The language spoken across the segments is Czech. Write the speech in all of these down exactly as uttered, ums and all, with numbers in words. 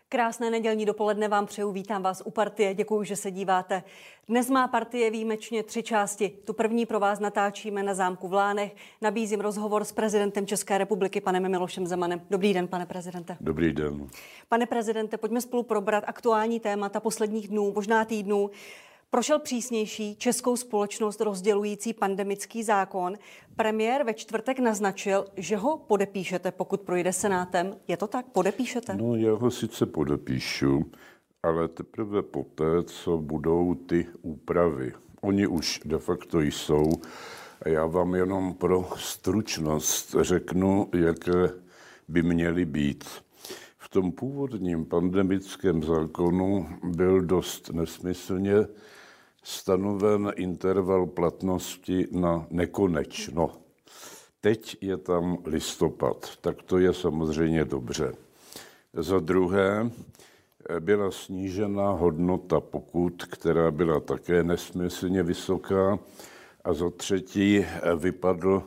Krásné nedělní dopoledne vám přeju, vítám vás u Partie, děkuji, že se díváte. Dnes má Partie výjimečně tři části. Tu první pro vás natáčíme na zámku v Lánech. Nabízím rozhovor s prezidentem České republiky, panem Milošem Zemanem. Dobrý den, pane prezidente. Dobrý den. Pane prezidente, pojďme spolu probrat aktuální témata posledních dnů, možná týdnů. Prošel přísnější českou společnost rozdělující pandemický zákon. Premiér ve čtvrtek naznačil, že ho podepíšete, pokud projde Senátem. Je to tak? Podepíšete? No, já ho sice podepíšu, ale teprve poté, co budou ty úpravy. Oni už de facto jsou. A já vám jenom pro stručnost řeknu, jaké by měly být. V tom původním pandemickém zákonu byl dost nesmyslně stanoven interval platnosti na nekonečno. Teď je tam listopad, tak to je samozřejmě dobře. Za druhé byla snížena hodnota pokut, která byla také nesmyslně vysoká. A za třetí vypadl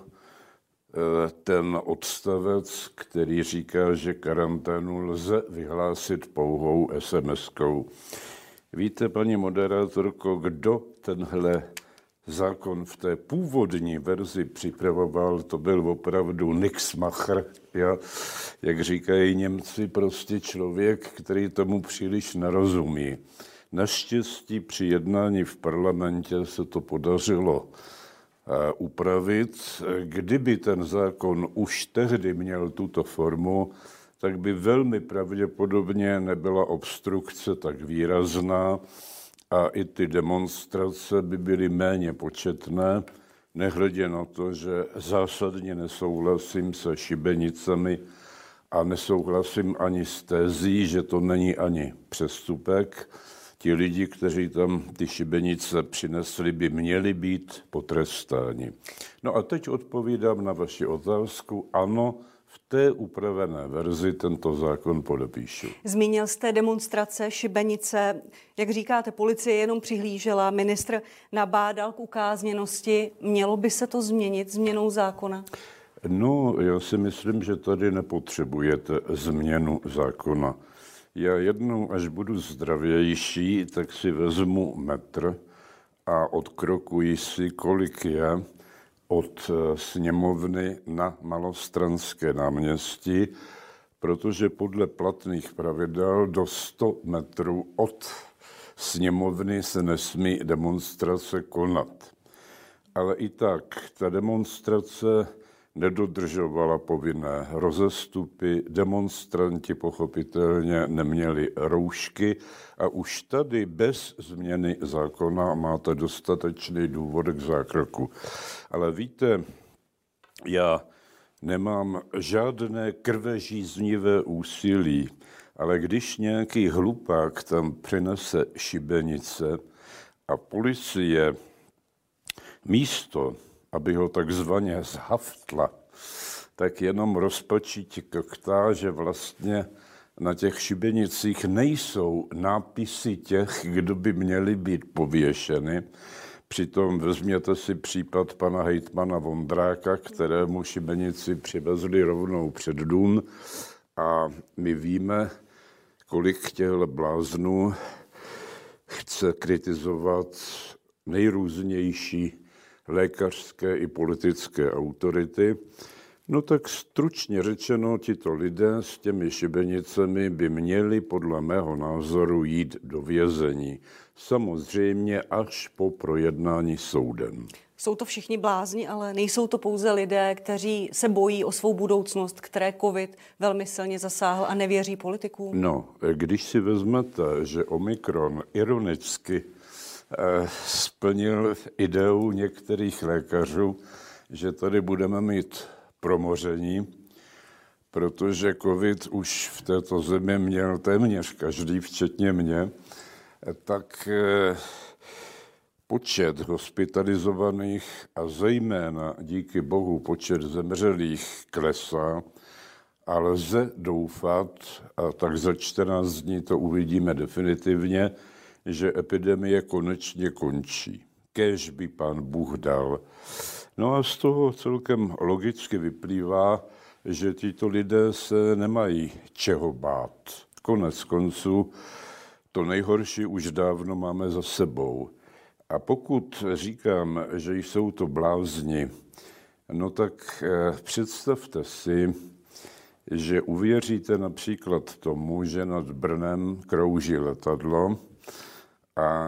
ten odstavec, který říká, že karanténu lze vyhlásit pouhou es em eskou. Víte, paní moderátorko, kdo tenhle zákon v té původní verzi připravoval? To byl opravdu nixmacher, ja, jak říkají Němci, prostě člověk, který tomu příliš nerozumí. Naštěstí při jednání v parlamentě se to podařilo upravit. Kdyby ten zákon už tehdy měl tuto formu, tak by velmi pravděpodobně nebyla obstrukce tak výrazná a i ty demonstrace by byly méně početné, nehledě na to, že zásadně nesouhlasím se šibenicemi a nesouhlasím ani s tezí, že to není ani přestupek. Ti lidi, kteří tam ty šibenice přinesli, by měli být potrestáni. No a teď odpovídám na vaši otázku. Ano, v té upravené verzi tento zákon podepíšu. Zmínil jste demonstrace, šibenice. Jak říkáte, policie jenom přihlížela, ministr nabádal k ukázněnosti. Mělo by se to změnit změnou zákona? No, já si myslím, že tady nepotřebujete změnu zákona. Já jednou, až budu zdravější, tak si vezmu metr a odkrokuji si, kolik je od sněmovny na Malostranské náměstí, protože podle platných pravidel do sto metrů od sněmovny se nesmí demonstrace konat. Ale i tak ta demonstrace nedodržovala povinné rozestupy, demonstranti pochopitelně neměli roušky a už tady bez změny zákona máte dostatečný důvod k zákroku. Ale víte, já nemám žádné krvežíznivé úsilí, ale když nějaký hlupák tam přinese šibenice a policie místo, aby ho takzvaně zhaftla, tak jenom rozpačitě koktá, že vlastně na těch šibenicích nejsou nápisy těch, kdo by měli být pověšeny. Přitom vezměte si případ pana hejtmana Vondráka, kterému šibenici přivezli rovnou před dům a my víme, kolik těchto bláznů chce kritizovat nejrůznější lékařské i politické autority. No tak stručně řečeno, tito lidé s těmi šibenicemi by měli podle mého názoru jít do vězení. Samozřejmě až po projednání soudem. Jsou to všichni blázni, ale nejsou to pouze lidé, kteří se bojí o svou budoucnost, které covid velmi silně zasáhl a nevěří politikům? No, když si vezmete, že Omikron ironicky splnil ideu některých lékařů, že tady budeme mít promoření, protože covid už v této zemi měl téměř každý, včetně mě, tak počet hospitalizovaných a zejména díky bohu počet zemřelých klesá a lze doufat, a tak za čtrnáct dní to uvidíme definitivně, že epidemie konečně končí. Kéž by pán Bůh dal. No a z toho celkem logicky vyplývá, že tito lidé se nemají čeho bát. Konec konců to nejhorší už dávno máme za sebou. A pokud říkám, že jsou to blázni, no tak představte si, že uvěříte například tomu, že nad Brnem krouží letadlo a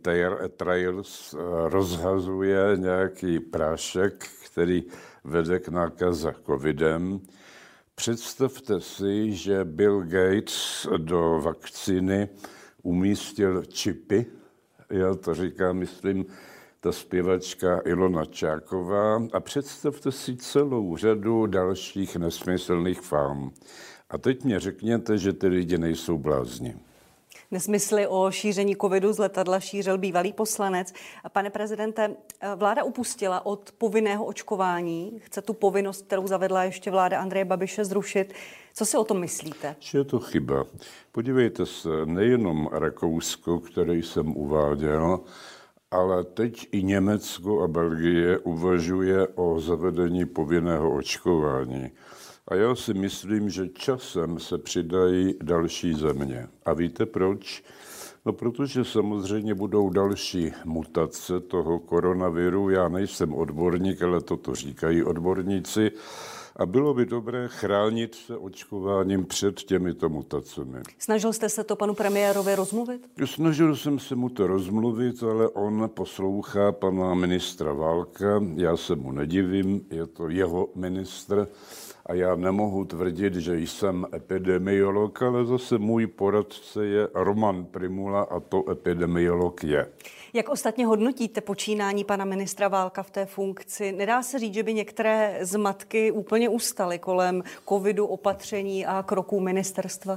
chemtrails rozhazuje nějaký prášek, který vede k nákaze covidem. Představte si, že Bill Gates do vakcíny umístil čipy. Já to říkám, myslím, ta zpěvačka Ilona Čáková. A představte si celou řadu dalších nesmyslných fám. A teď mě řekněte, že ty lidi nejsou blázni. Nesmysly o šíření covidu z letadla šířil bývalý poslanec. Pane prezidente, vláda upustila od povinného očkování. Chce tu povinnost, kterou zavedla ještě vláda Andreje Babiše, zrušit. Co si o tom myslíte? Že je to chyba. Podívejte se, nejenom Rakousko, které jsem uváděl, ale teď i Německo a Belgie uvažuje o zavedení povinného očkování. A já si myslím, že časem se přidají další země. A víte proč? No protože samozřejmě budou další mutace toho koronaviru. Já nejsem odborník, ale toto říkají odborníci. A bylo by dobré chránit se očkováním před těmito mutacemi. Snažil jste se to panu premiérovi rozmluvit? Snažil jsem se mu to rozmluvit, ale on poslouchá pana ministra Válka. Já se mu nedivím, je to jeho ministr. A já nemohu tvrdit, že jsem epidemiolog, ale zase můj poradce je Roman Prymula a to epidemiolog je. Jak ostatně hodnotíte počínání pana ministra Válka v té funkci? Nedá se říct, že by některé zmatky úplně ustaly kolem covidu, opatření a kroků ministerstva?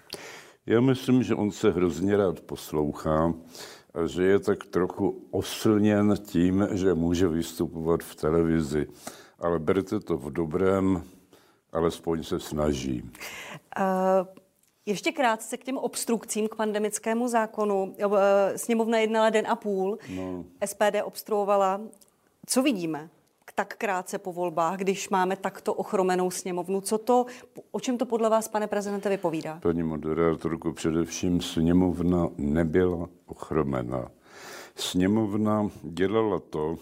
Já myslím, že on se hrozně rád poslouchá a že je tak trochu oslněn tím, že může vystupovat v televizi. Ale berte to v dobrém, alespoň se snaží. Uh... Ještě krátce k těm obstrukcím k pandemickému zákonu. Sněmovna jednala den a půl, no. S P D obstruovala. Co vidíme tak krátce po volbách, když máme takto ochromenou sněmovnu? Co to, o čem to podle vás, pane prezidente, vypovídá? Paní moderátorko, především sněmovna nebyla ochromena. Sněmovna dělala to,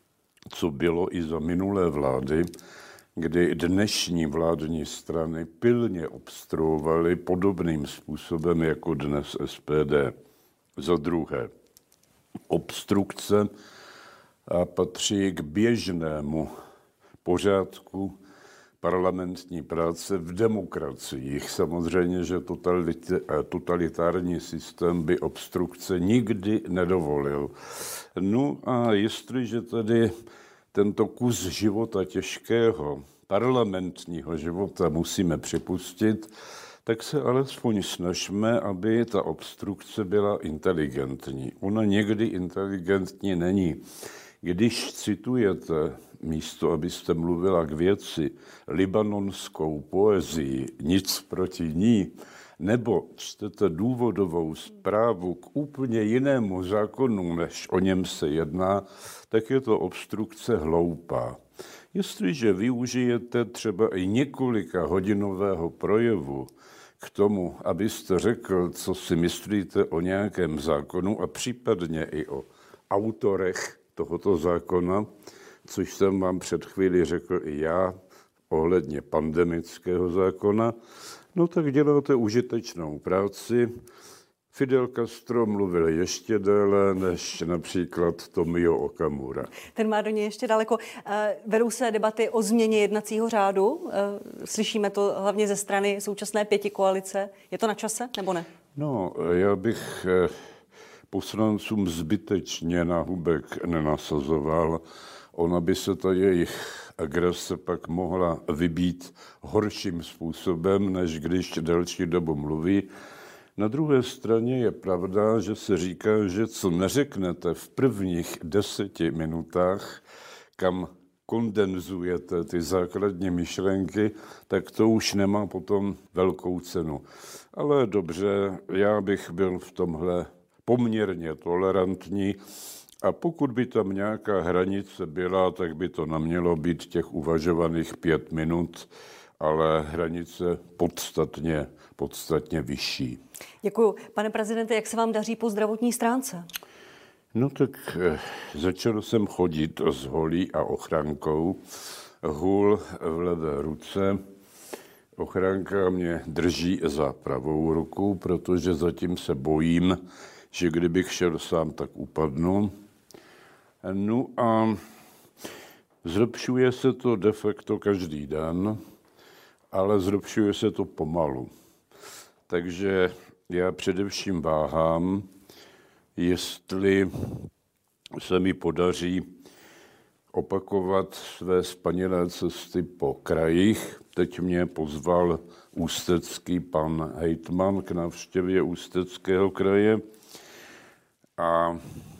co bylo i za minulé vlády, kdy dnešní vládní strany pilně obstruovaly podobným způsobem jako dnes S P D. Za druhé, obstrukce patří k běžnému pořádku parlamentní práce v demokraciích. Samozřejmě, že totalitární systém by obstrukce nikdy nedovolil. No a jestliže tedy tento kus života těžkého, parlamentního života musíme připustit, tak se alespoň snažme, aby ta obstrukce byla inteligentní. Ona někdy inteligentní není. Když citujete, místo abyste mluvila k věci, libanonskou poezii, nic proti ní, nebo čtete důvodovou zprávu k úplně jinému zákonu, než o něm se jedná, tak je to obstrukce hloupá. Jestliže využijete třeba i několika hodinového projevu k tomu, abyste řekl, co si myslíte o nějakém zákonu a případně i o autorech tohoto zákona, což jsem vám před chvíli řekl i já ohledně pandemického zákona, no tak děláte užitečnou práci. Fidel Castro mluvil ještě déle než například Tomio Okamura. Ten má do něj ještě daleko. Vedou se debaty o změně jednacího řádu. Slyšíme to hlavně ze strany současné pětikoalice. Je to na čase, nebo ne? No, já bych poslancům zbytečně na hubek nenasazoval. Ona by se ta jejich agrese pak mohla vybít horším způsobem, než když delší dobu mluví. Na druhé straně je pravda, že se říká, že co neřeknete v prvních deseti minutách, kam kondenzujete ty základní myšlenky, tak to už nemá potom velkou cenu. Ale dobře, já bych byl v tomhle poměrně tolerantní a pokud by tam nějaká hranice byla, tak by to nemělo být těch uvažovaných pět minut, ale hranice podstatně, podstatně vyšší. Děkuju. Pane prezidente, jak se vám daří po zdravotní stránce? No tak eh, začal jsem chodit s holí a ochrankou. Hůl v levé ruce. Ochranka mě drží za pravou ruku, protože zatím se bojím, že kdybych šel sám, tak upadnu. No a zlepšuje se to de facto každý den, ale zlepšuje se to pomalu. Takže já především váhám, jestli se mi podaří opakovat své spanilé cesty po krajích. Teď mě pozval ústecký pan hejtman k návštěvě Ústeckého kraje a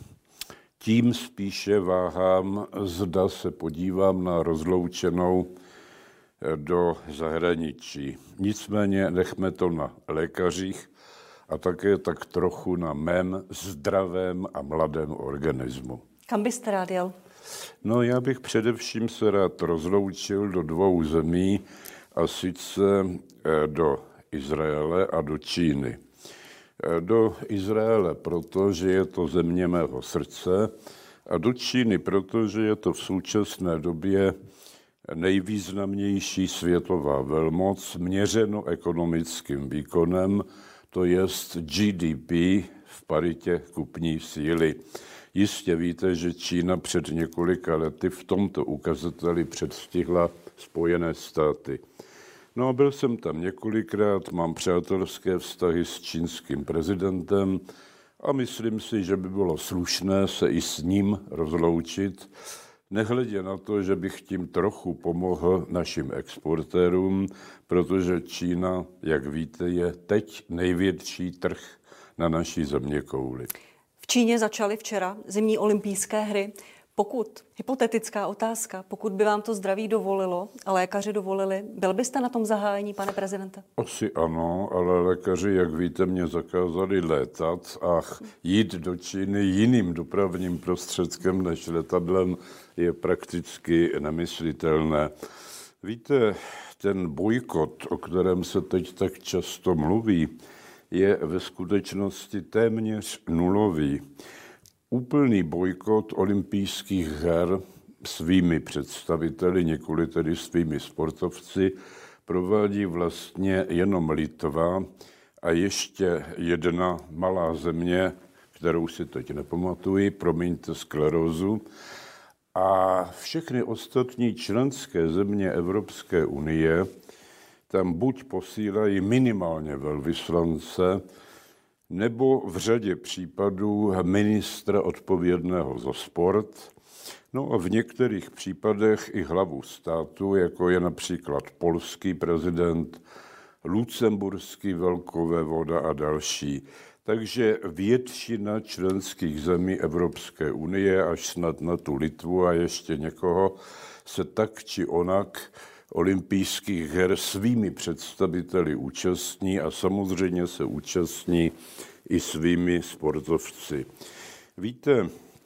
tím spíše váhám, zda se podívám na rozloučenou do zahraničí. Nicméně nechme to na lékařích a také tak trochu na mém zdravém a mladém organismu. Kam byste rád jel? No, já bych především se rád rozloučil do dvou zemí, a sice do Izraele a do Číny. Do Izraele, protože je to země mého srdce, a do Číny, protože je to v současné době nejvýznamnější světová velmoc, měřeno ekonomickým výkonem, to jest G D P v paritě kupní síly. Jistě víte, že Čína před několika lety v tomto ukazateli předstihla Spojené státy. No a byl jsem tam několikrát, mám přátelské vztahy s čínským prezidentem a myslím si, že by bylo slušné se i s ním rozloučit, nehledě na to, že bych tím trochu pomohl našim exportérům, protože Čína, jak víte, je teď největší trh na naší zeměkouli. V Číně začaly včera zimní olympijské hry. Pokud, hypotetická otázka, pokud by vám to zdraví dovolilo a lékaři dovolili, byl byste na tom zahájení, pane prezidente? Asi ano, ale lékaři, jak víte, mě zakázali létat a jít do Číny jiným dopravním prostředkem než letadlem je prakticky nemyslitelné. Víte, ten bojkot, o kterém se teď tak často mluví, je ve skutečnosti téměř nulový. Úplný bojkot olympijských her svými představiteli, nikoli tedy svými sportovci, provádí vlastně jenom Litva a ještě jedna malá země, kterou si teď nepamatuji, promiňte sklerózu, a všechny ostatní členské země Evropské unie tam buď posílají minimálně velvyslance, nebo v řadě případů ministra odpovědného za sport, no a v některých případech i hlavu státu, jako je například polský prezident, lucemburský velkovévoda a další. Takže většina členských zemí Evropské unie, až snad na tu Litvu a ještě někoho, se tak či onak olympijských her svými představiteli účastní a samozřejmě se účastní i svými sportovci. Víte,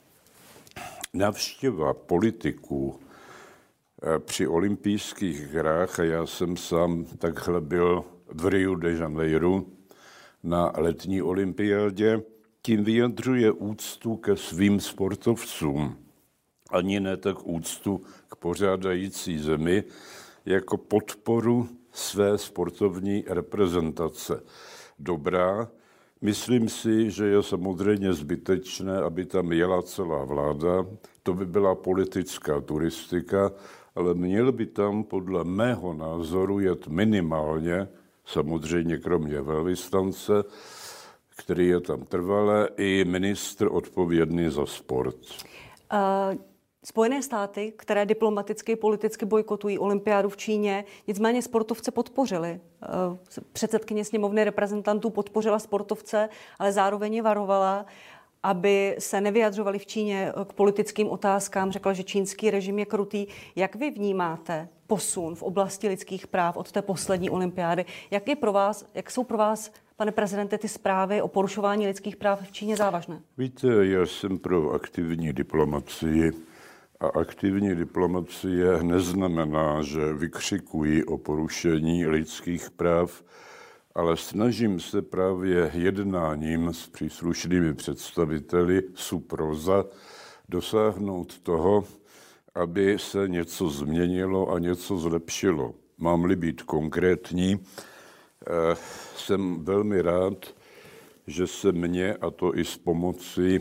návštěva politiků při olympijských hrách, a já jsem sám takhle byl v Riu de Janeiro na letní olympiádě, tím vyjadřuje úctu ke svým sportovcům. Ani ne tak úctu k pořádající zemi, jako podporu své sportovní reprezentace. Dobrá, myslím si, že je samozřejmě zbytečné, aby tam jela celá vláda, to by byla politická turistika, ale měl by tam podle mého názoru jet minimálně, samozřejmě kromě velvyslance, který je tam trvalé, i ministr odpovědný za sport. Uh... Spojené státy, které diplomaticky, politicky bojkotují olympiádu v Číně, nicméně sportovce podpořili. Předsedkyně sněmovny reprezentantů podpořila sportovce, ale zároveň je varovala, aby se nevyjadřovali v Číně k politickým otázkám. Řekla, že čínský režim je krutý. Jak vy vnímáte posun v oblasti lidských práv od té poslední olympiády? Jak, je pro vás, jak jsou pro vás, pane prezidente, ty zprávy o porušování lidských práv v Číně závažné? Víte, já jsem pro aktivní diplomacii A aktivní diplomacie neznamená, že vykřikuji o porušení lidských práv, ale snažím se právě jednáním s příslušnými představiteli suproza dosáhnout toho, aby se něco změnilo a něco zlepšilo. Mám-li být konkrétní, eh, jsem velmi rád, že se mně, a to i s pomocí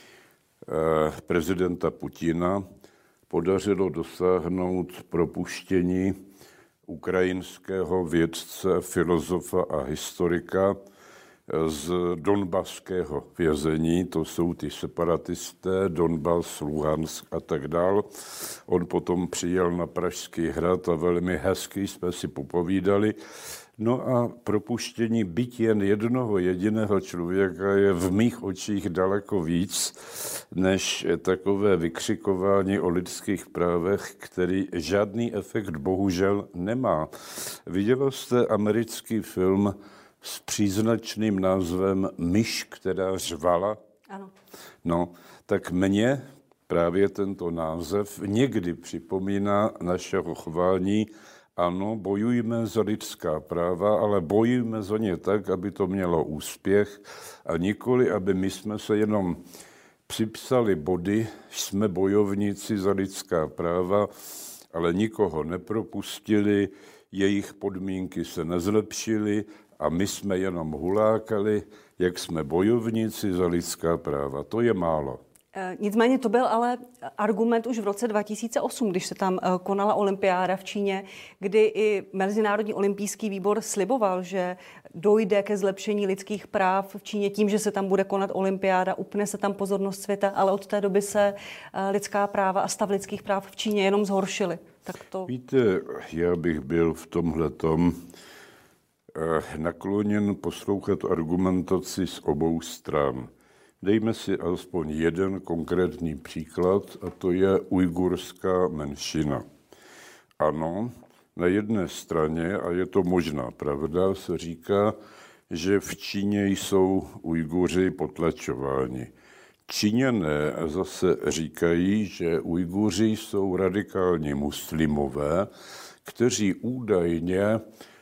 eh, prezidenta Putina, podařilo dosáhnout propuštění ukrajinského vědce, filozofa a historika z donbaského vězení, to jsou ty separatisté, Donbas, Luhansk a tak dál. On potom přijel na Pražský hrad a velmi hezky jsme si popovídali. No a propuštění byť jen jednoho jediného člověka je v mých očích daleko víc, než takové vykřikování o lidských právech, který žádný efekt bohužel nemá. Viděla jste americký film s příznačným názvem Myš, která řvala? Ano. No, tak mně právě tento název někdy připomíná našeho chování. Ano, bojujme za lidská práva, ale bojujme za ně tak, aby to mělo úspěch a nikoli, aby my jsme se jenom připsali body, jsme bojovníci za lidská práva, ale nikoho nepropustili, jejich podmínky se nezlepšily a my jsme jenom hulákali, jak jsme bojovníci za lidská práva. To je málo. Nicméně to byl ale argument už v roce dva tisíce osm, když se tam konala olympiáda v Číně, kdy i Mezinárodní olympijský výbor sliboval, že dojde ke zlepšení lidských práv v Číně tím, že se tam bude konat olympiáda, upne se tam pozornost světa, ale od té doby se lidská práva a stav lidských práv v Číně jenom zhoršily. Tak to... Víte, já bych byl v tomhletom nakloněn poslouchat argumentaci z obou stran. Dejme si alespoň jeden konkrétní příklad, a to je ujgurská menšina. Ano, na jedné straně, a je to možná pravda, se říká, že v Číně jsou Ujguři potlačováni. Číňané zase říkají, že Ujguři jsou radikální muslimové, kteří údajně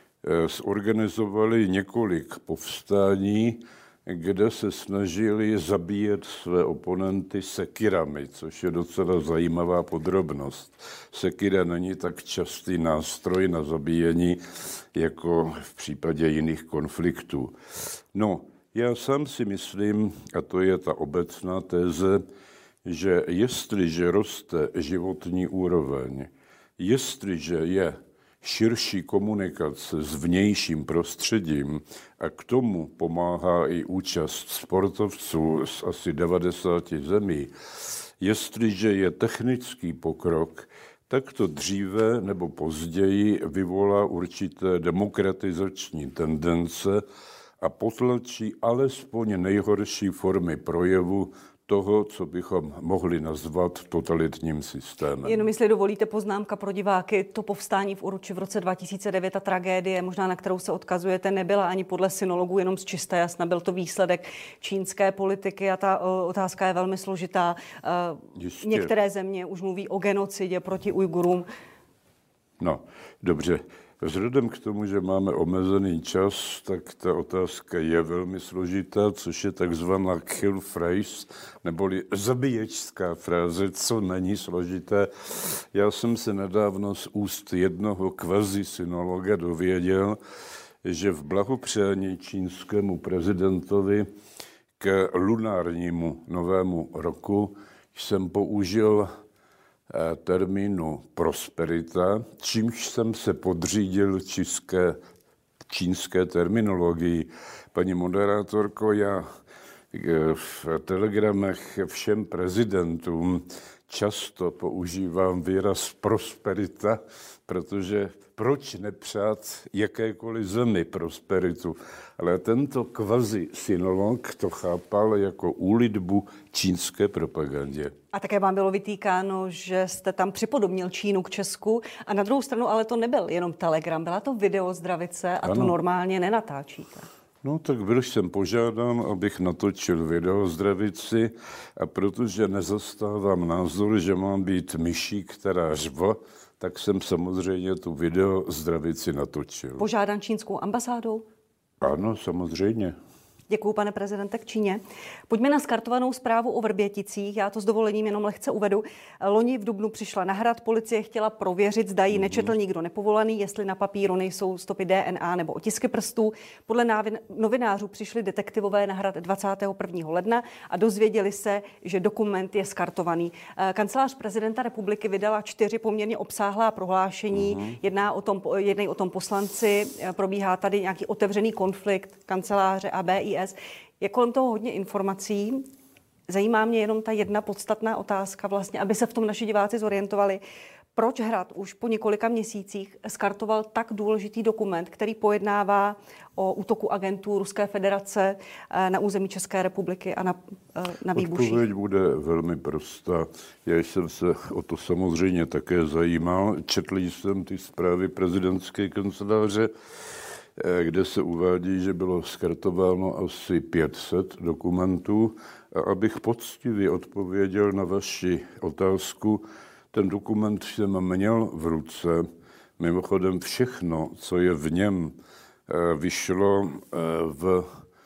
zorganizovali několik povstání, kde se snažili zabíjet své oponenty sekirami, což je docela zajímavá podrobnost. Sekira není tak častý nástroj na zabíjení, jako v případě jiných konfliktů. No, já sám si myslím, a to je ta obecná téze, že jestliže roste životní úroveň, jestliže je širší komunikace s vnějším prostředím a k tomu pomáhá i účast sportovců z asi devadesáti zemí. Jestliže je technický pokrok, tak to dříve nebo později vyvolá určité demokratizační tendence a potlačí alespoň nejhorší formy projevu toho, co bychom mohli nazvat totalitním systémem. Jenom jestli dovolíte poznámka pro diváky, to povstání v Uruči v roce dva tisíce devět, a tragédie, možná na kterou se odkazujete, nebyla ani podle synologů jenom z čista jasna, byl to výsledek čínské politiky a ta o, otázka je velmi složitá. Jistě. Některé země už mluví o genocidě proti Ujgurům. No, dobře. Vzhledem k tomu, že máme omezený čas, tak ta otázka je velmi složitá, což je takzvaná kill phrase, neboli zabíječská fráze, co není složité. Já jsem se nedávno z úst jednoho kvazi-synologa dověděl, že v blahopřání čínskému prezidentovi k lunárnímu novému roku jsem použil termínu prosperita, čímž jsem se podřídil české, čínské terminologii. Paní moderátorko, já v telegramech všem prezidentům často používám výraz prosperita, protože proč nepřát jakékoliv zemi prosperitu? Ale tento kvazi-synolog to chápal jako úlitbu čínské propagandě. A také vám bylo vytýkáno, že jste tam připodobnil Čínu k Česku a na druhou stranu ale to nebyl jenom telegram, byla to video zdravice a ano. To normálně nenatáčíte. No tak byl jsem požádán, abych natočil video zdravici, a protože nezastávám názor, že mám být myší, která řve, tak jsem samozřejmě tu video zdravici natočil. Požádán čínskou ambasádou? Ano, samozřejmě. Děkuju, pane prezidente, k Číně. Pojďme na skartovanou zprávu o Vrběticích. Já to s dovolením jenom lehce uvedu. Loni v dubnu přišla na hrad, policie chtěla prověřit, zda ji nečetl nikdo nepovolaný, jestli na papíru nejsou stopy D N A nebo otisky prstů. Podle novinářů přišli detektivové na hrad dvacátého prvního ledna a dozvěděli se, že dokument je skartovaný. Kancelář prezidenta republiky vydala čtyři poměrně obsáhlá prohlášení. Mm-hmm. Jedná o tom, jednej o tom poslanci, probíhá tady nějaký otevřený konflikt kanceláře a B I S. Je kolem toho hodně informací. Zajímá mě jenom ta jedna podstatná otázka, vlastně, aby se v tom naši diváci zorientovali. Proč Hrad už po několika měsících skartoval tak důležitý dokument, který pojednává o útoku agentů Ruské federace na území České republiky a na, na výbuších? Odpověď bude velmi prostá. Já jsem se o to samozřejmě také zajímal. Četl jsem ty zprávy prezidentské kanceláře, kde se uvádí, že bylo skartováno asi pět set dokumentů. A abych poctivě odpověděl na vaši otázku, ten dokument jsem měl v ruce. Mimochodem všechno, co je v něm, vyšlo v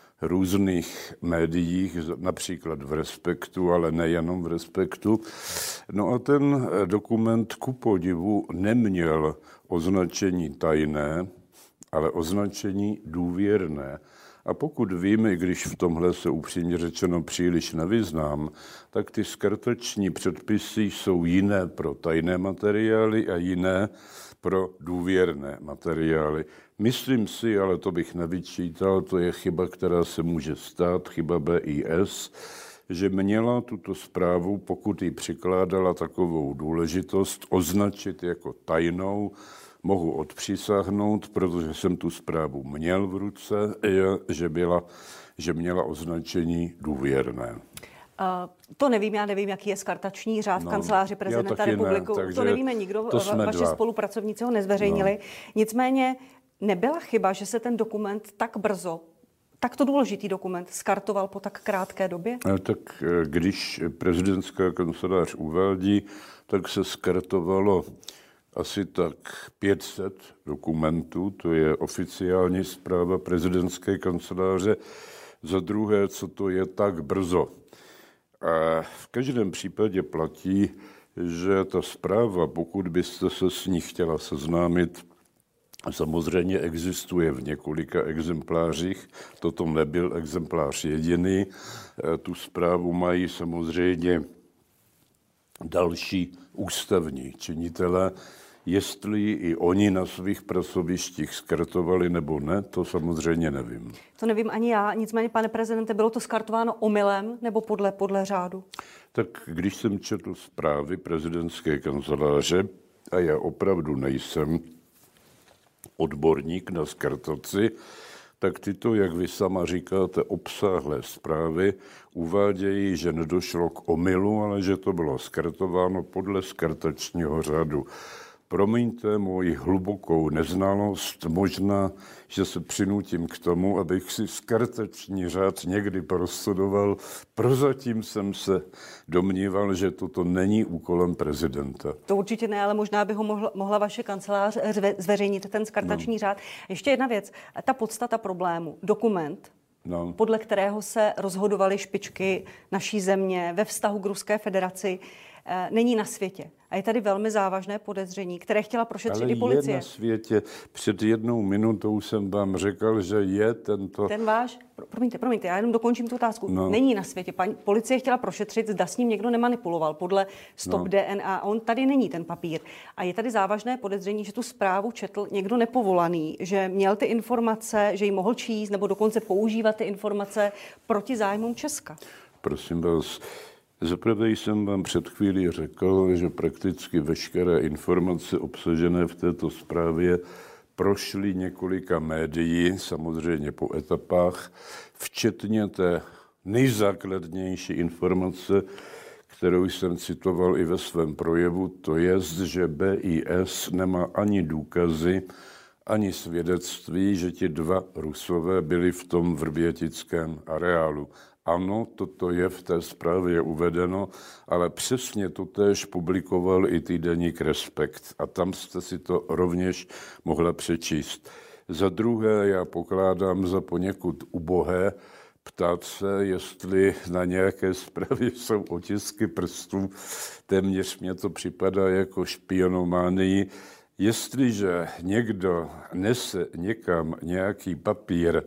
různých médiích, například v Respektu, ale nejenom v Respektu. No a ten dokument ku podivu neměl označení tajné, ale označení důvěrné. A pokud víme, když v tomhle se upřímně řečeno příliš nevyznám, tak ty skartační předpisy jsou jiné pro tajné materiály a jiné pro důvěrné materiály. Myslím si, ale to bych nevyčítal, to je chyba, která se může stát, chyba B I S, že měla tuto zprávu, pokud ji přikládala takovou důležitost, označit jako tajnou. Mohu odpřísáhnout, protože jsem tu zprávu měl v ruce, že, byla, že měla označení důvěrné. Uh, to nevím, já nevím, jaký je skartační řád no, v kanceláři prezidenta republiky. Ne, to nevíme nikdo, to va, vaši dva. spolupracovníci ho nezveřejnili. No. Nicméně nebyla chyba, že se ten dokument tak brzo, takto důležitý dokument, skartoval po tak krátké době? Tak když prezidentská kancelář uvádí, tak se skartovalo asi tak pět set dokumentů, to je oficiální zpráva prezidentské kanceláře. Za druhé, co to je tak brzo. A v každém případě platí, že ta zpráva, pokud byste se s ní chtěla seznámit, samozřejmě existuje v několika exemplářích. Toto nebyl exemplář jediný. Tu zprávu mají samozřejmě další ústavní činitelé. Jestli i oni na svých pracovištích skartovali nebo ne, to samozřejmě nevím. To nevím ani já. Nicméně, pane prezidente, bylo to skartováno omylem nebo podle, podle řádu? Tak když jsem četl zprávy prezidentské kanceláře, a já opravdu nejsem odborník na skartaci, tak tyto, jak vy sama říkáte, obsáhlé zprávy uvádějí, že nedošlo k omylu, ale že to bylo skartováno podle skartačního řádu. Promiňte moji hlubokou neznalost, možná, že se přinutím k tomu, abych si skartační řád někdy prostudoval. Prozatím jsem se domníval, že toto není úkolem prezidenta. To určitě ne, ale možná by ho mohla, mohla vaše kancelář zveřejnit, ten skartační no. řád. Ještě jedna věc, ta podstata problému, dokument, no. podle kterého se rozhodovaly špičky naší země ve vztahu k Ruské federaci, není na světě. A je tady velmi závažné podezření, které chtěla prošetřit ale i policie. Ale je na světě. Před jednou minutou jsem vám řekl, že je tento... Ten váš... Promiňte, promiňte, já jenom dokončím tu otázku. No. Není na světě. Paní, policie chtěla prošetřit, zda s ním někdo nemanipuloval podle stop no. D N A. On tady není ten papír. A je tady závažné podezření, že tu zprávu četl někdo nepovolaný, že měl ty informace, že ji mohl číst nebo dokonce používat ty informace proti zájmům Česka. Prosím vás... Zaprvé jsem vám před chvílí řekl, že prakticky veškeré informace obsažené v této zprávě prošly několika médií, samozřejmě po etapách, včetně té nejzákladnější informace, kterou jsem citoval i ve svém projevu, to je, že B I S nemá ani důkazy, ani svědectví, že ti dva Rusové byli v tom vrbětickém areálu. Ano, toto je v té zprávě uvedeno, ale přesně to též publikoval i týdeník Respekt. A tam jste si to rovněž mohla přečíst. Za druhé, já pokládám za poněkud ubohé ptát se, jestli na nějaké zprávě jsou otisky prstů. Téměř mě to připadá jako špionománii. Jestliže někdo nese někam nějaký papír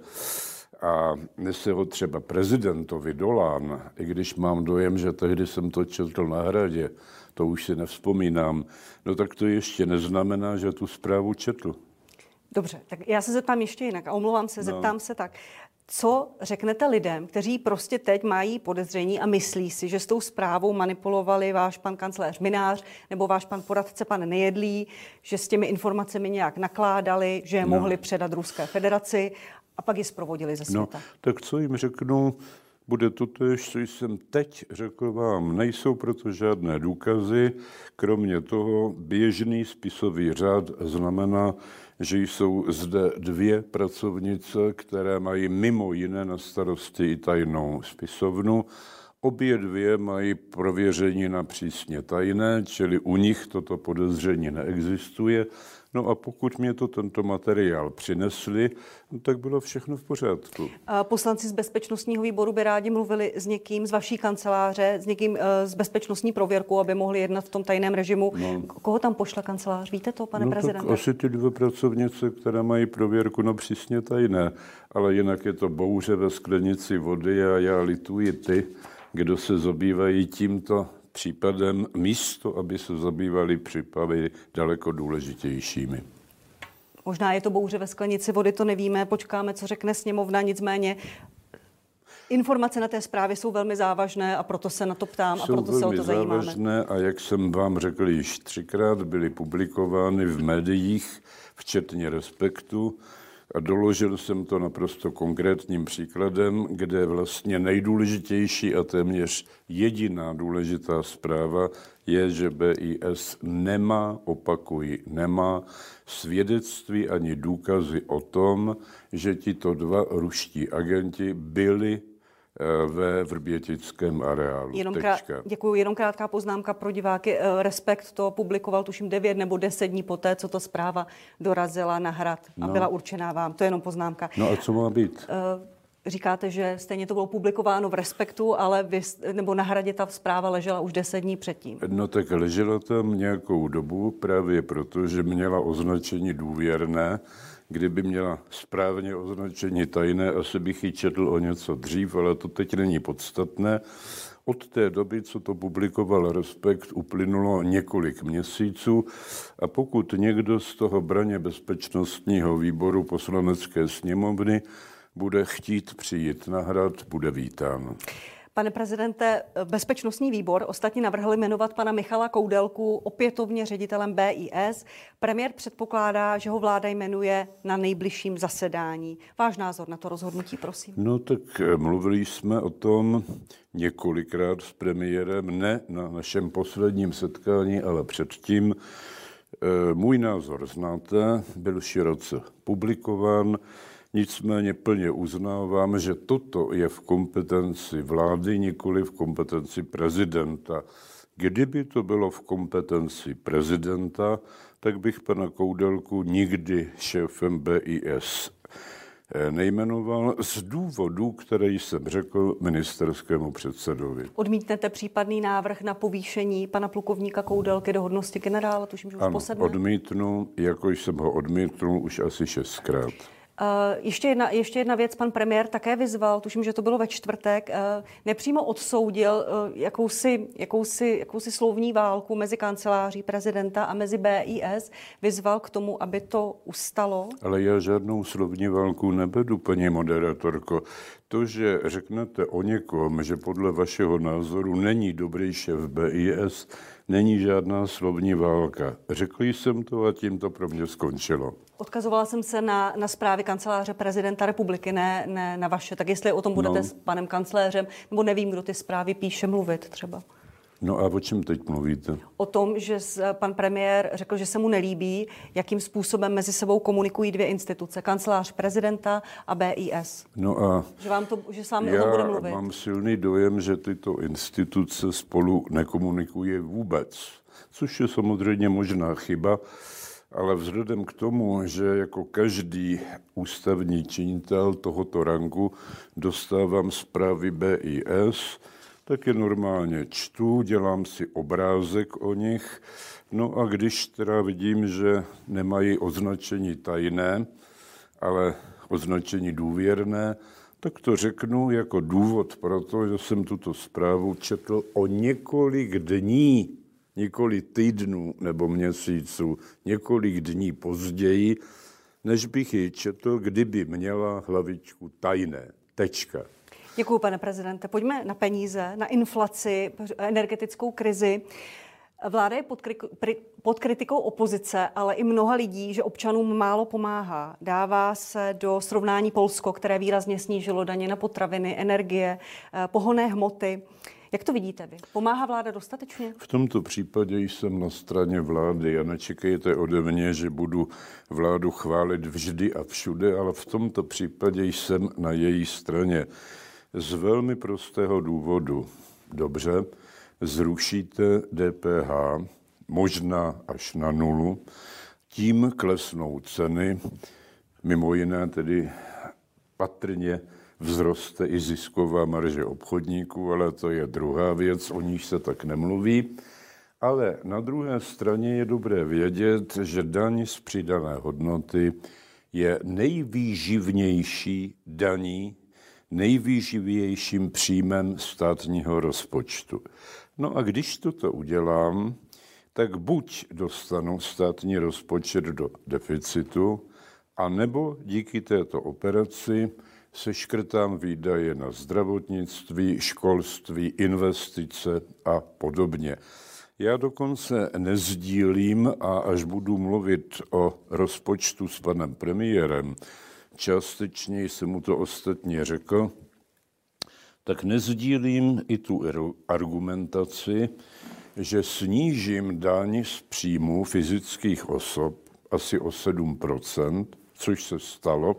a nese ho třeba prezidentovi do lán, i když mám dojem, že tehdy jsem to četl na Hradě, to už si nevzpomínám, no tak to ještě neznamená, že tu zprávu četl. Dobře, tak já se zeptám ještě jinak a omlouvám se, no. zeptám se tak. Co řeknete lidem, kteří prostě teď mají podezření a myslí si, že s tou zprávou manipulovali váš pan kancléř Mynář nebo váš pan poradce pan Nejedlý, že s těmi informacemi nějak nakládali, že je no. mohli předat Ruské federaci a pak ji zprovodili ze světa? No, tak co jim řeknu, bude to též, co jsem teď řekl vám. Nejsou proto žádné důkazy, kromě toho běžný spisový řád znamená, že jsou zde dvě pracovnice, které mají mimo jiné na starosti i tajnou spisovnu. Obě dvě mají prověření na přísně tajné, čili u nich toto podezření neexistuje. No a pokud mě to tento materiál přinesli, tak bylo všechno v pořádku. Poslanci z bezpečnostního výboru by rádi mluvili s někým z vaší kanceláře, s někým z bezpečnostní prověrku, aby mohli jednat v tom tajném režimu. No. Koho tam pošle kancelář? Víte to, pane no, prezidente? Tak asi ty dvě pracovnice, které mají prověrku na přísně tajné, ale jinak je to bouře ve sklenici vody a já lituji ty, kdo se zabývají tímto případem místo, aby se zabývali případy daleko důležitějšími. Možná je to bouře ve sklenici vody, to nevíme, počkáme, co řekne sněmovna, nicméně informace na té zprávě jsou velmi závažné a proto se na to ptám jsou a proto se o to zajímáme. Jsou závažné a jak jsem vám řekl již třikrát, byly publikovány v médiích, včetně Respektu, a doložil jsem to naprosto konkrétním příkladem, kde vlastně nejdůležitější a téměř jediná důležitá zpráva je, že B I S nemá, opakuji, nemá svědectví ani důkazy o tom, že tito dva ruští agenti byli ve vrbětickém areálu. Jenom krát, děkuji, jenom krátká poznámka pro diváky. Respekt to publikoval tuším devět nebo deset dní poté, co ta zpráva dorazila na Hrad a no. byla určená vám. To je jenom poznámka. No a co má být? Říkáte, že stejně to bylo publikováno v Respektu, ale vy, nebo na Hradě ta zpráva ležela už deset dní předtím. No tak ležela tam nějakou dobu právě proto, že měla označení důvěrné. Kdyby měla správně označení tajné, asi bych ji četl o něco dřív, ale to teď není podstatné. Od té doby, co to publikoval Respekt, uplynulo několik měsíců a pokud někdo z toho braně bezpečnostního výboru Poslanecké sněmovny bude chtít přijít na Hrad, bude vítán. Pane prezidente, bezpečnostní výbor ostatně navrhl jmenovat pana Michala Koudelku opětovně ředitelem B I S. Premiér předpokládá, že ho vláda jmenuje na nejbližším zasedání. Váš názor na to rozhodnutí, prosím. No tak mluvili jsme o tom několikrát s premiérem, ne na našem posledním setkání, ale předtím. Můj názor znáte, byl široce publikován. Nicméně plně uznávám, že toto je v kompetenci vlády, nikoli v kompetenci prezidenta. Kdyby to bylo v kompetenci prezidenta, tak bych pana Koudelku nikdy šéfem B I S nejmenoval z důvodů, které jsem řekl ministerskému předsedovi. Odmítnete případný návrh na povýšení pana plukovníka Koudelky do hodnosti generála? Tuším, že už ano, posedne. Odmítnu, jako jsem ho odmítnul už asi šestkrát. Uh, ještě, jedna, ještě jedna věc, pan premiér také vyzval, tuším, že to bylo ve čtvrtek, uh, nepřímo odsoudil uh, jakousi, jakousi, jakousi slovní válku mezi kanceláří prezidenta a mezi B I S, vyzval k tomu, aby to ustalo. Ale já žádnou slovní válku nevedu, paní moderatorko. To, že řeknete o někom, že podle vašeho názoru není dobrý šéf B I S, není žádná slovní válka. Řekl jsem to a tím to pro mě skončilo. Odkazovala jsem se na, na zprávy kanceláře prezidenta republiky, ne, ne na vaše. Tak jestli o tom budete no. s panem kancléřem, nebo nevím, kdo ty zprávy píše, mluvit třeba. No a o čem teď mluvíte? O tom, že pan premiér řekl, že se mu nelíbí, jakým způsobem mezi sebou komunikují dvě instituce, kancelář prezidenta a B I S. No a že, vám to, že s vámi o tom bude mluvit. Já mám silný dojem, že tyto instituce spolu nekomunikují vůbec, což je samozřejmě možná chyba, ale vzhledem k tomu, že jako každý ústavní činitel tohoto rangu dostávám zprávy B I S, tak je normálně čtu, dělám si obrázek o nich, no a když teda vidím, že nemají označení tajné, ale označení důvěrné, tak to řeknu jako důvod pro to, že jsem tuto zprávu četl o několik dní, několik týdnů nebo měsíců, několik dní později, než bych ji četl, kdyby měla hlavičku tajné. Tečka. Děkuju, pane prezidente. Pojďme na peníze, na inflaci, energetickou krizi. Vláda je pod, kri- pod kritikou opozice, ale i mnoha lidí, že občanům málo pomáhá. Dává se do srovnání Polsko, které výrazně snížilo daně na potraviny, energie, pohonné hmoty. Jak to vidíte vy? Pomáhá vláda dostatečně? V tomto případě jsem na straně vlády a nečekejte ode mě, že budu vládu chválit vždy a všude, ale v tomto případě jsem na její straně. Z velmi prostého důvodu. Dobře, zrušíte D P H, možná až na nulu, tím klesnou ceny, mimo jiné tedy patrně vzroste i zisková marže obchodníků, ale to je druhá věc, o níž se tak nemluví. Ale na druhé straně je dobré vědět, že daň z přidané hodnoty je nejvýživnější daní, nejvýživějším příjmem státního rozpočtu. No a když toto udělám, tak buď dostanu státní rozpočet do deficitu, anebo díky této operaci seškrtám výdaje na zdravotnictví, školství, investice a podobně. Já dokonce nezdílím a až budu mluvit o rozpočtu s panem premiérem, částečně jsem mu to ostatně řekl, tak nezdílím i tu argumentaci, že snížím daň z příjmů fyzických osob asi o sedm procent, což se stalo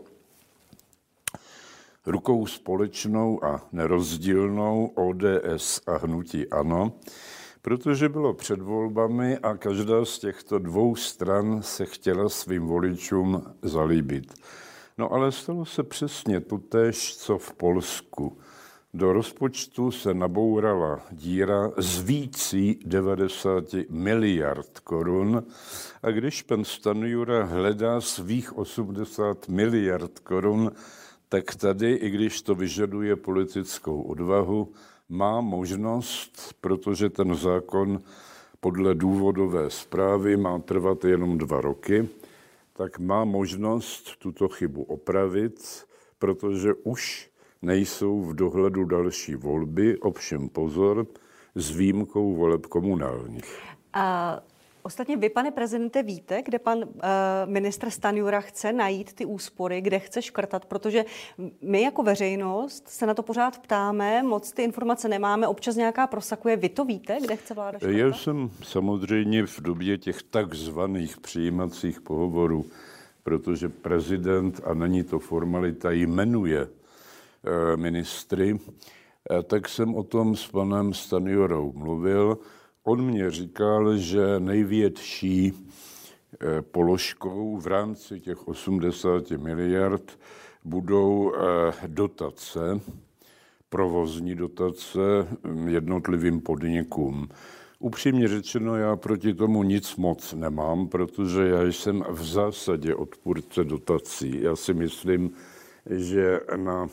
rukou společnou a nerozdílnou O D S a hnutí ANO, protože bylo před volbami a každá z těchto dvou stran se chtěla svým voličům zalíbit. No ale stalo se přesně totéž, co v Polsku. Do rozpočtu se nabourala díra z vící devadesát miliard korun a když pan Stanjura hledá svých osmdesát miliard korun, tak tady, i když to vyžaduje politickou odvahu, má možnost, protože ten zákon podle důvodové zprávy má trvat jenom dva roky, tak má možnost tuto chybu opravit, protože už nejsou v dohledu další volby, ovšem pozor, s výjimkou voleb komunálních. A ostatně vy, pane prezidente, víte, kde pan uh, ministr Stanjura chce najít ty úspory, kde chce škrtat, protože my jako veřejnost se na to pořád ptáme, moc ty informace nemáme, občas nějaká prosakuje. Vy to víte, kde chce vláda škrtat? Já jsem samozřejmě v době těch takzvaných přijímacích pohovorů, protože prezident, a není to formalita, jmenuje uh, ministry, uh, tak jsem o tom s panem Stanjurou mluvil. On mě říkal, že největší položkou v rámci těch osmdesát miliard budou dotace, provozní dotace jednotlivým podnikům. Upřímně řečeno, já proti tomu nic moc nemám, protože já jsem v zásadě odpůrce dotací. Já si myslím, že na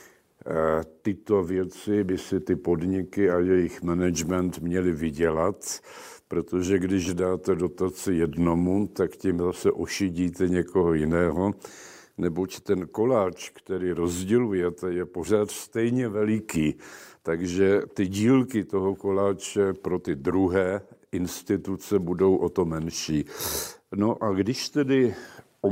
tyto věci by si ty podniky a jejich management měli vydělat, protože když dáte dotaci jednomu, tak tím zase ošidíte někoho jiného, neboť ten koláč, který rozdělujete, je pořád stejně veliký, takže ty dílky toho koláče pro ty druhé instituce budou o to menší. No a když tedy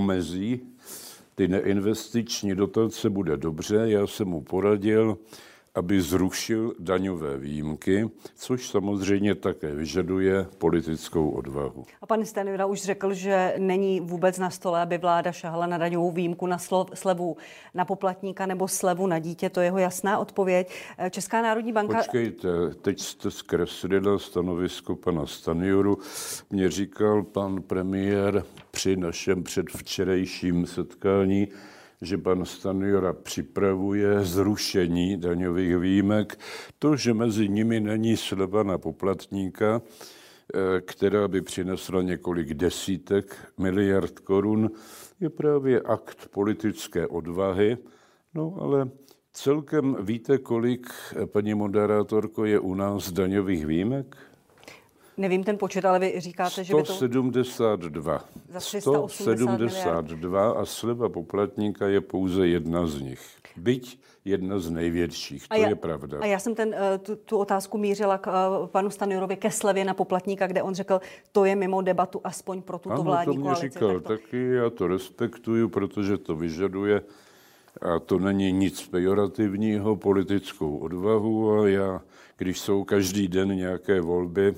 omezí ty neinvestiční dotace, bude dobře. Já jsem mu poradil, aby zrušil daňové výjimky, což samozřejmě také vyžaduje politickou odvahu. A pan Stanjura už řekl, že není vůbec na stole, aby vláda šahala na daňovou výjimku na slevu na poplatníka nebo slevu na dítě. To je jeho jasná odpověď. Česká národní banka... Počkejte, teď jste zkreslila stanovisko pana Stanjuru. Mně říkal pan premiér při našem předvčerejším setkání, že pan Stanjura připravuje zrušení daňových výjimek. To, že mezi nimi není sleva na poplatníka, která by přinesla několik desítek miliard korun, je právě akt politické odvahy. No ale celkem víte, kolik, paní moderátorko, je u nás daňových výjimek? Nevím ten počet, ale vy říkáte, že by to... sto sedmdesát dva. Za tři sta osmdesát sto sedmdesát dva a sleva poplatníka je pouze jedna z nich. Byť jedna z největších, to já, je pravda. A já jsem ten, tu, tu otázku mířila k uh, panu Stanjurovi ke slevě na poplatníka, kde on řekl, to je mimo debatu aspoň pro tuto ano, vládní to mě koalici. říkal to... taky, já to respektuju, protože to vyžaduje a to není nic pejorativního, politickou odvahu a já, když jsou každý den nějaké volby,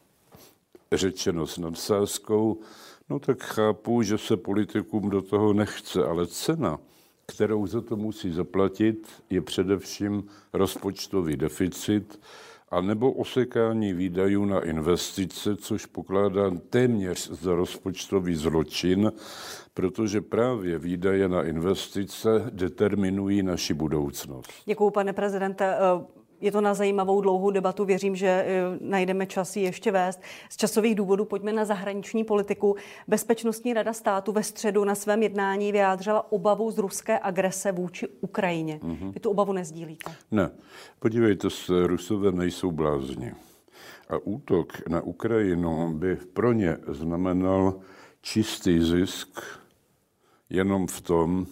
řečeno s nadsázkou, no tak chápu, že se politikům do toho nechce, ale cena, kterou za to musí zaplatit, je především rozpočtový deficit a nebo osekání výdajů na investice, což pokládám téměř za rozpočtový zločin, protože právě výdaje na investice determinují naši budoucnost. Děkuju, pane prezidente. Je to na zajímavou dlouhou debatu, věřím, že najdeme čas ji ještě vést. Z časových důvodů pojďme na zahraniční politiku. Bezpečnostní rada státu ve středu na svém jednání vyjádřila obavu z ruské agrese vůči Ukrajině. Mm-hmm. Vy tu obavu nezdílíte? Ne. Podívejte se, Rusové nejsou blázni. A útok na Ukrajinu by pro ně znamenal čistý zisk jenom v tom,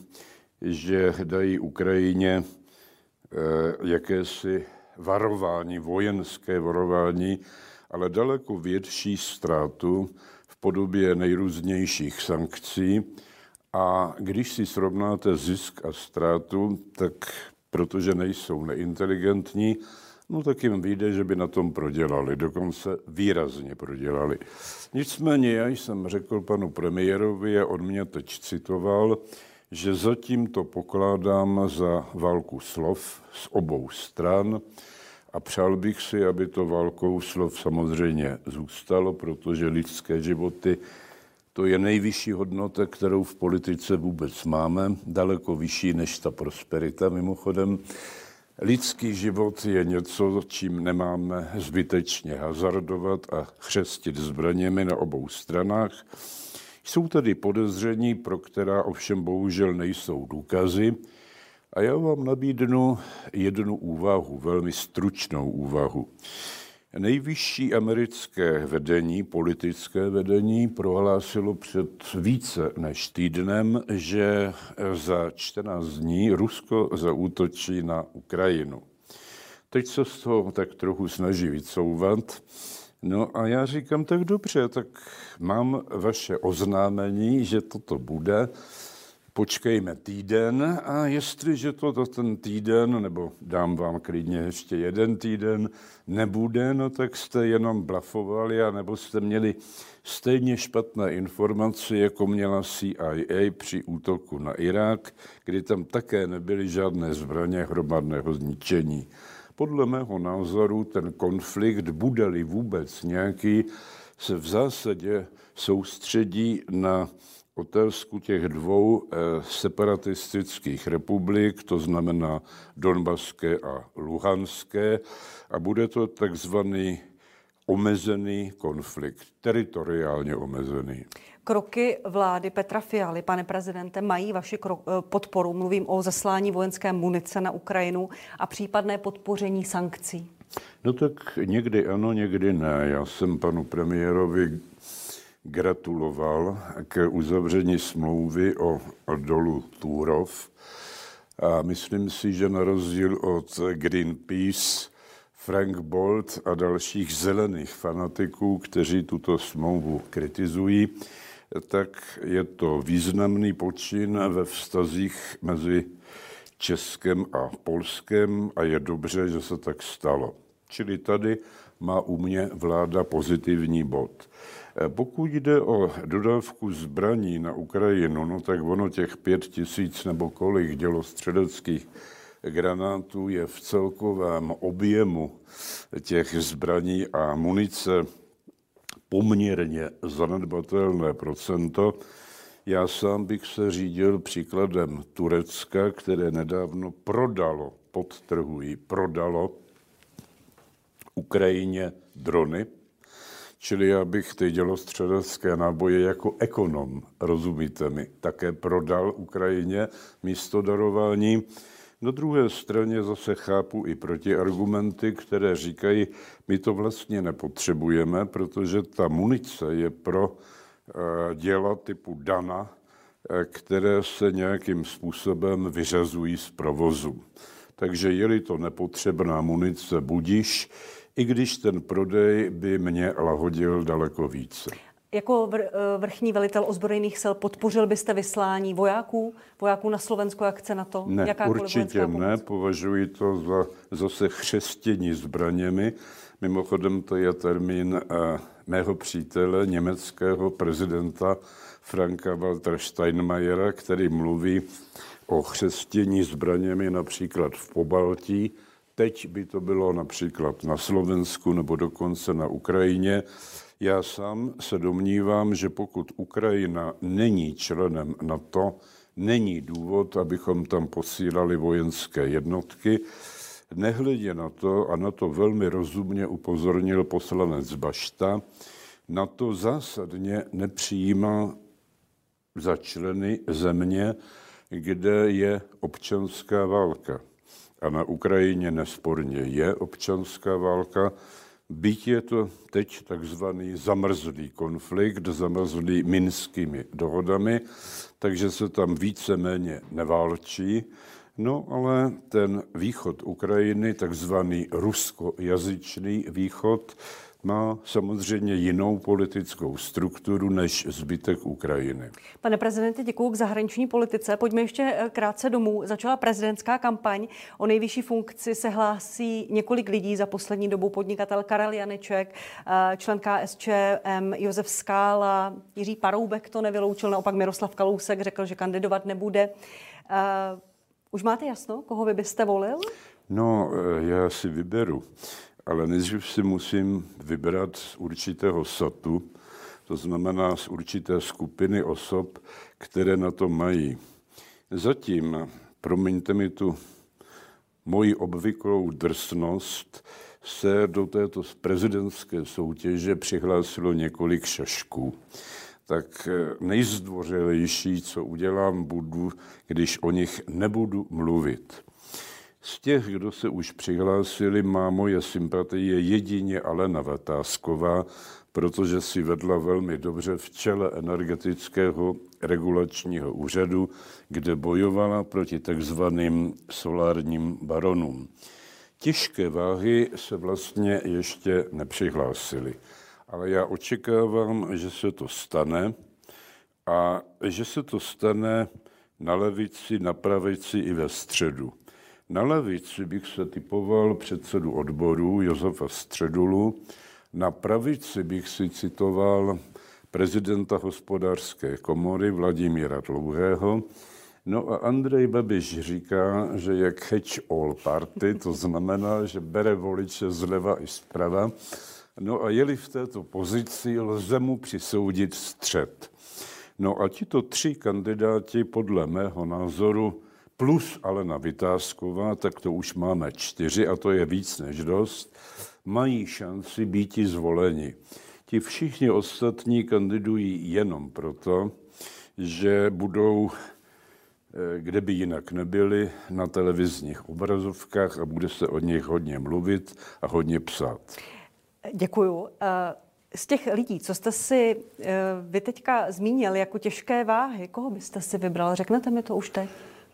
že dají Ukrajině eh, jakési varování, vojenské varování, ale daleko větší ztrátu v podobě nejrůznějších sankcí. A když si srovnáte zisk a ztrátu, tak protože nejsou neinteligentní, no tak jim vyjde, že by na tom prodělali, dokonce výrazně prodělali. Nicméně já jsem řekl panu premiérovi a on mě teď citoval, že zatím to pokládám za válku slov z obou stran a přál bych si, aby to válkou slov samozřejmě zůstalo, protože lidské životy, to je nejvyšší hodnota, kterou v politice vůbec máme, daleko vyšší než ta prosperita mimochodem. Lidský život je něco, čím nemáme zbytečně hazardovat a chřestit zbraněmi na obou stranách. Jsou tady podezření, pro která ovšem bohužel nejsou důkazy. A já vám nabídnu jednu úvahu, velmi stručnou úvahu. Nejvyšší americké vedení, politické vedení, prohlásilo před více než týdnem, že za čtrnáct dní Rusko zaútočí na Ukrajinu. Teď se z toho tak trochu snaží vycouvat. No a já říkám, tak dobře, tak mám vaše oznámení, že toto bude. Počkejme týden a jestliže to za ten týden, nebo dám vám klidně ještě jeden týden, nebude, no tak jste jenom blafovali, a nebo jste měli stejně špatné informace, jako měla C I A při útoku na Irák, kdy tam také nebyly žádné zbraně hromadného zničení. Podle mého názoru ten konflikt, bude-li vůbec nějaký, se v zásadě soustředí na otázku těch dvou eh, separatistických republik, to znamená Donbaské a Luhanské, a bude to takzvaný omezený konflikt, teritoriálně omezený. Kroky vlády Petra Fialy, pane prezidente, mají vaši krok, podporu? Mluvím o zaslání vojenské munice na Ukrajinu a případné podpoření sankcí. No tak někdy ano, někdy ne. Já jsem panu premiérovi gratuloval k uzavření smlouvy o dolu Turów a myslím si, že na rozdíl od Greenpeace, Frank Bold a dalších zelených fanatiků, kteří tuto smlouvu kritizují, tak je to významný počin ve vztazích mezi Českem a Polskem a je dobře, že se tak stalo. Čili tady má u mě vláda pozitivní bod. Pokud jde o dodávku zbraní na Ukrajinu, no tak ono těch pět tisíc nebo kolik dělostřeleckých granátů je v celkovém objemu těch zbraní a munice poměrně zanedbatelné procento. Já sám bych se řídil příkladem Turecka, které nedávno prodalo, podtrhuji, prodalo Ukrajině drony, čili já bych ty dělostřelecké náboje jako ekonom, rozumíte mi, také prodal Ukrajině místo darování. Na druhé straně zase chápu i protiargumenty, které říkají, my to vlastně nepotřebujeme, protože ta munice je pro děla typu Dana, které se nějakým způsobem vyřazují z provozu. Takže je-li to nepotřebná munice, budiš, i když ten prodej by mě lahodil daleko více. Jako vrchní velitel ozbrojených sil podpořil byste vyslání vojáků? Vojáků na Slovensko, jak chce na to? Ne, Jakákoliv určitě ne, považuji to za zase chřestění zbraněmi. Mimochodem to je termín eh, mého přítele, německého prezidenta Franka Waltera Steinmeiera, který mluví o chřestění zbraněmi například v Pobaltí. Teď by to bylo například na Slovensku nebo dokonce na Ukrajině. Já sám se domnívám, že pokud Ukrajina není členem NATO, není důvod, abychom tam posílali vojenské jednotky. Nehledě na to, a na to velmi rozumně upozornil poslanec Bašta, NATO zásadně nepřijímá za členy země, kde je občanská válka. A na Ukrajině nesporně je občanská válka, byť je to teď takzvaný zamrzlý konflikt, zamrzlý minskými dohodami, takže se tam víceméně neválčí. No ale ten východ Ukrajiny, takzvaný ruskojazyčný východ, má samozřejmě jinou politickou strukturu než zbytek Ukrajiny. Pane prezidente, děkuji k zahraniční politice. Pojďme ještě krátce domů. Začala prezidentská kampaň. O nejvyšší funkci se hlásí několik lidí za poslední dobu. Podnikatel Karel Janeček, člen K S Č M Josef Skála, Jiří Paroubek to nevyloučil, naopak Miroslav Kalousek řekl, že kandidovat nebude. Už máte jasno, koho vy byste volil? No, já si vyberu. Ale nejdřív si musím vybrat z určitého satu, to znamená z určité skupiny osob, které na to mají. Zatím, promiňte mi tu moji obvyklou drsnost, se do této prezidentské soutěže přihlásilo několik šašků. Tak nejzdvořilejší, co udělám, budu, když o nich nebudu mluvit. Z těch, kdo se už přihlásili, má moje sympatie jedině Alena Vatásková, protože si vedla velmi dobře v čele energetického regulačního úřadu, kde bojovala proti takzvaným solárním baronům. Těžké váhy se vlastně ještě nepřihlásily, ale já očekávám, že se to stane a že se to stane na levici, na pravici i ve středu. Na levici bych se typoval předsedu odboru Josefa Středulu, na pravici bych si citoval prezidenta hospodářské komory Vladimíra Dlouhého. No a Andrej Babiš říká, že je catch-all party, to znamená, že bere voliče zleva i zprava. No a je-li v této pozici, lze mu přisoudit střed. No a tito tři kandidáti podle mého názoru plus Alena Vitásková, tak to už máme čtyři a to je víc než dost, mají šanci býti zvoleni. Ti všichni ostatní kandidují jenom proto, že budou, kde by jinak nebyli, na televizních obrazovkách a bude se o nich hodně mluvit a hodně psát. Děkuju. Z těch lidí, co jste si vy teďka zmínil jako těžké váhy, koho byste si vybral? Řeknete mi to už teď?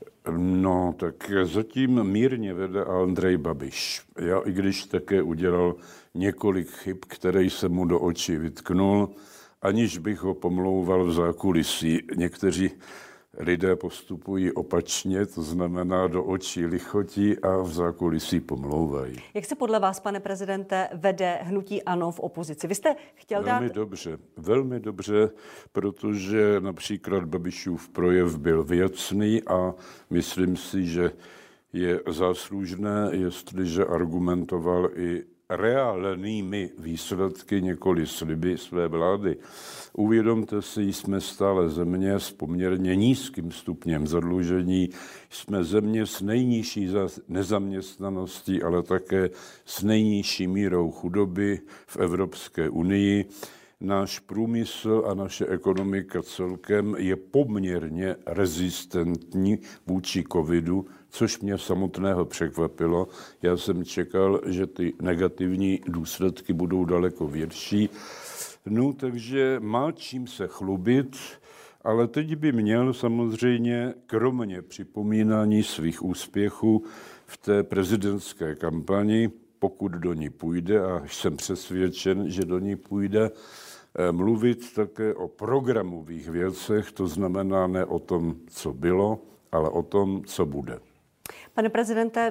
No, tak zatím mírně vede Andrej Babiš. Já, i když také udělal několik chyb, které jsem mu do očí vytknul, aniž bych ho pomlouval v zákulisí. Někteří lidé postupují opačně, to znamená do očí lichotí a v zákulisí pomlouvají. Jak se podle vás, pane prezidente, vede hnutí ANO v opozici? Vy jste chtěl velmi dát... Velmi dobře, velmi dobře, protože například Babišův projev byl věcný a myslím si, že je záslužné, jestliže argumentoval i reálnými výsledky, několik sliby své vlády. Uvědomte si, jsme stále země s poměrně nízkým stupněm zadlužení, jsme země s nejnižší nezaměstnaností, ale také s nejnižší mírou chudoby v Evropské unii. Náš průmysl a naše ekonomika celkem je poměrně rezistentní vůči covidu, což mě samotného překvapilo. Já jsem čekal, že ty negativní důsledky budou daleko větší. No, takže má čím se chlubit, ale teď by měl samozřejmě, kromě připomínání svých úspěchů v té prezidentské kampani, pokud do ní půjde, a jsem přesvědčen, že do ní půjde, mluvit také o programových věcech, to znamená ne o tom, co bylo, ale o tom, co bude. Pane prezidente,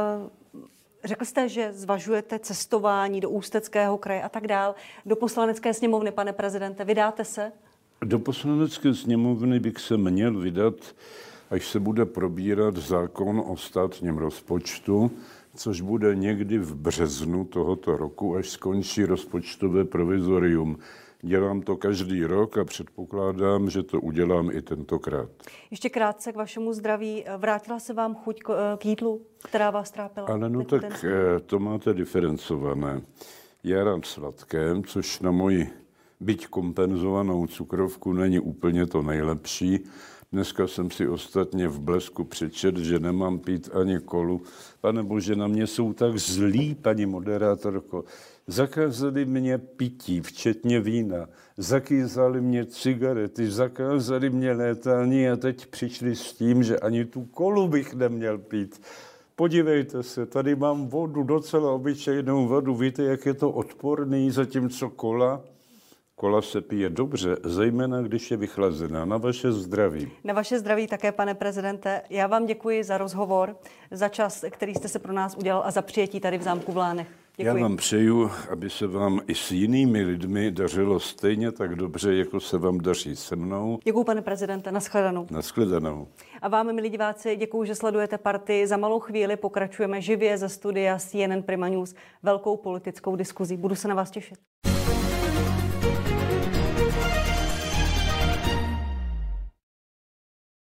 řekl jste, že zvažujete cestování do Ústeckého kraje a tak dál. Do Poslanecké sněmovny, pane prezidente, vydáte se? Do Poslanecké sněmovny bych se měl vydat, až se bude probírat zákon o státním rozpočtu, což bude někdy v březnu tohoto roku, až skončí rozpočtové provizorium. Dělám to každý rok a předpokládám, že to udělám i tentokrát. Ještě krátce k vašemu zdraví. Vrátila se vám chuť k jídlu, která vás trápila? Ale no tak to máte diferencované. Já rád sladké, což na moji byť kompenzovanou cukrovku není úplně to nejlepší. Dneska jsem si ostatně v Blesku přečet, že nemám pít ani kolu. Pane bože, na mě jsou tak zlí, paní moderátorko. Zakázali mě pití, včetně vína. Zakázali mě cigarety, zakázali mě létání a teď přišli s tím, že ani tu kolu bych neměl pít. Podívejte se, tady mám vodu, docela obyčejnou vodu. Víte, jak je to odporný, zatímco kola? Kola se pije dobře, zejména když je vychlazená. Na vaše zdraví. Na vaše zdraví také, pane prezidente. Já vám děkuji za rozhovor, za čas, který jste se pro nás udělal a za přijetí tady v zámku v Lánech. Děkuji. Já vám přeju, aby se vám i s jinými lidmi dařilo stejně tak dobře, jako se vám daří se mnou. Děkuji, pane prezidente. Nashledanou. Nashledanou. A vám, milí diváci, děkuji, že sledujete Partii. Za malou chvíli pokračujeme živě ze studia C N N Prima News velkou politickou diskuzí. Budu se na vás těšit.